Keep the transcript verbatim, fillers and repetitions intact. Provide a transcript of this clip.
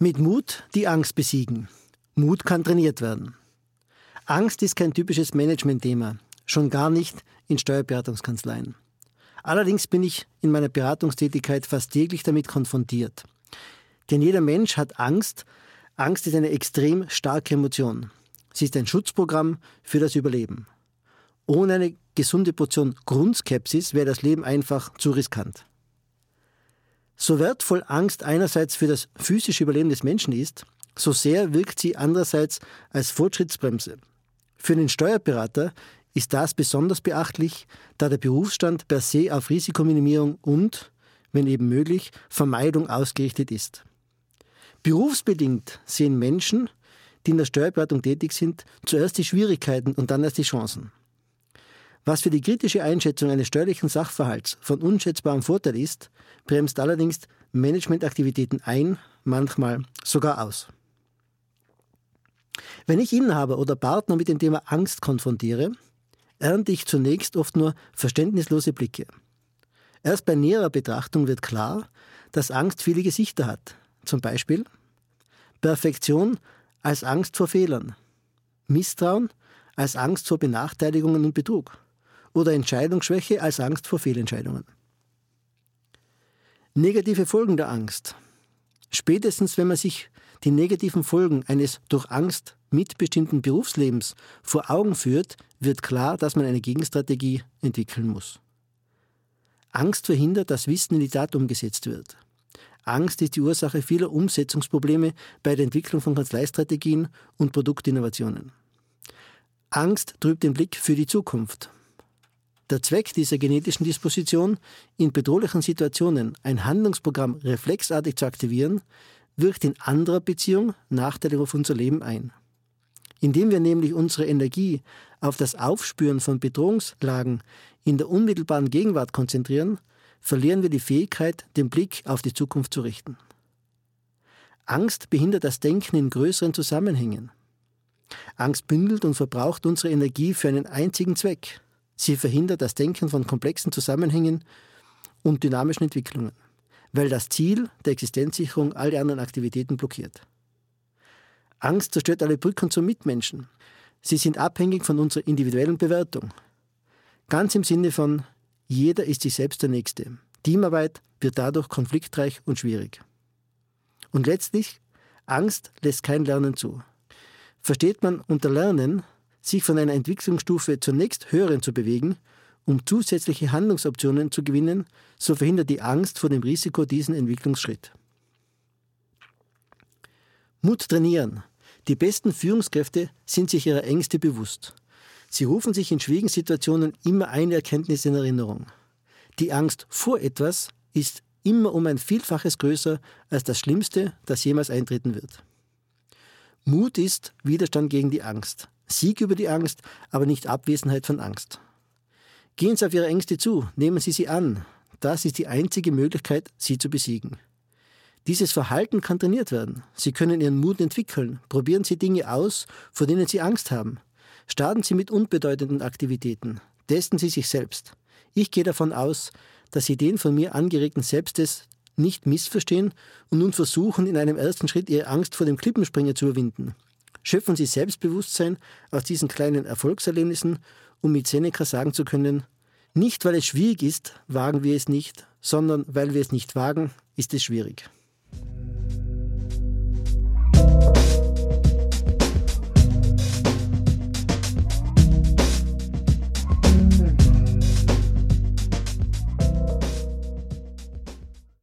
Mit Mut die Angst besiegen. Mut kann trainiert werden. Angst ist kein typisches Management-Thema, schon gar nicht in Steuerberatungskanzleien. Allerdings bin ich in meiner Beratungstätigkeit fast täglich damit konfrontiert. Denn jeder Mensch hat Angst. Angst ist eine extrem starke Emotion. Sie ist ein Schutzprogramm für das Überleben. Ohne eine gesunde Portion Grundskepsis wäre das Leben einfach zu riskant. So wertvoll Angst einerseits für das physische Überleben des Menschen ist, so sehr wirkt sie andererseits als Fortschrittsbremse. Für den Steuerberater ist das besonders beachtlich, da der Berufsstand per se auf Risikominimierung und, wenn eben möglich, Vermeidung ausgerichtet ist. Berufsbedingt sehen Menschen, die in der Steuerberatung tätig sind, zuerst die Schwierigkeiten und dann erst die Chancen. Was für die kritische Einschätzung eines steuerlichen Sachverhalts von unschätzbarem Vorteil ist, bremst allerdings Managementaktivitäten ein, manchmal sogar aus. Wenn ich Inhaber oder Partner mit dem Thema Angst konfrontiere, ernte ich zunächst oft nur verständnislose Blicke. Erst bei näherer Betrachtung wird klar, dass Angst viele Gesichter hat. Zum Beispiel Perfektion als Angst vor Fehlern, Misstrauen als Angst vor Benachteiligungen und Betrug oder Entscheidungsschwäche als Angst vor Fehlentscheidungen. Negative Folgen der Angst. Spätestens, wenn man sich die negativen Folgen eines durch Angst mitbestimmten Berufslebens vor Augen führt, wird klar, dass man eine Gegenstrategie entwickeln muss. Angst verhindert, dass Wissen in die Tat umgesetzt wird. Angst ist die Ursache vieler Umsetzungsprobleme bei der Entwicklung von Kanzleistrategien und Produktinnovationen. Angst trübt den Blick für die Zukunft. Der Zweck dieser genetischen Disposition, in bedrohlichen Situationen ein Handlungsprogramm reflexartig zu aktivieren, wirkt in anderer Beziehung nachteilig auf unser Leben ein. Indem wir nämlich unsere Energie auf das Aufspüren von Bedrohungslagen in der unmittelbaren Gegenwart konzentrieren, verlieren wir die Fähigkeit, den Blick auf die Zukunft zu richten. Angst behindert das Denken in größeren Zusammenhängen. Angst bündelt und verbraucht unsere Energie für einen einzigen Zweck. Sie verhindert das Denken von komplexen Zusammenhängen und dynamischen Entwicklungen, weil das Ziel der Existenzsicherung alle anderen Aktivitäten blockiert. Angst zerstört alle Brücken zum Mitmenschen. Sie sind abhängig von unserer individuellen Bewertung. Ganz im Sinne von jeder ist sich selbst der Nächste. Teamarbeit wird dadurch konfliktreich und schwierig. Und letztlich, Angst lässt kein Lernen zu. Versteht man unter Lernen, sich von einer Entwicklungsstufe zur nächsthöheren zu bewegen, um zusätzliche Handlungsoptionen zu gewinnen, so verhindert die Angst vor dem Risiko diesen Entwicklungsschritt. Mut trainieren. Die besten Führungskräfte sind sich ihrer Ängste bewusst. Sie rufen sich in schwierigen Situationen immer eine Erkenntnis in Erinnerung. Die Angst vor etwas ist immer um ein Vielfaches größer als das Schlimmste, das jemals eintreten wird. Mut ist Widerstand gegen die Angst. Sieg über die Angst, aber nicht Abwesenheit von Angst. Gehen Sie auf Ihre Ängste zu, nehmen Sie sie an. Das ist die einzige Möglichkeit, sie zu besiegen. Dieses Verhalten kann trainiert werden. Sie können Ihren Mut entwickeln. Probieren Sie Dinge aus, vor denen Sie Angst haben. Starten Sie mit unbedeutenden Aktivitäten. Testen Sie sich selbst. Ich gehe davon aus, dass Sie den von mir angeregten Selbsttest nicht missverstehen und nun versuchen, in einem ersten Schritt Ihre Angst vor dem Klippenspringer zu überwinden. Schöpfen Sie Selbstbewusstsein aus diesen kleinen Erfolgserlebnissen, um mit Seneca sagen zu können, nicht weil es schwierig ist, wagen wir es nicht, sondern weil wir es nicht wagen, ist es schwierig.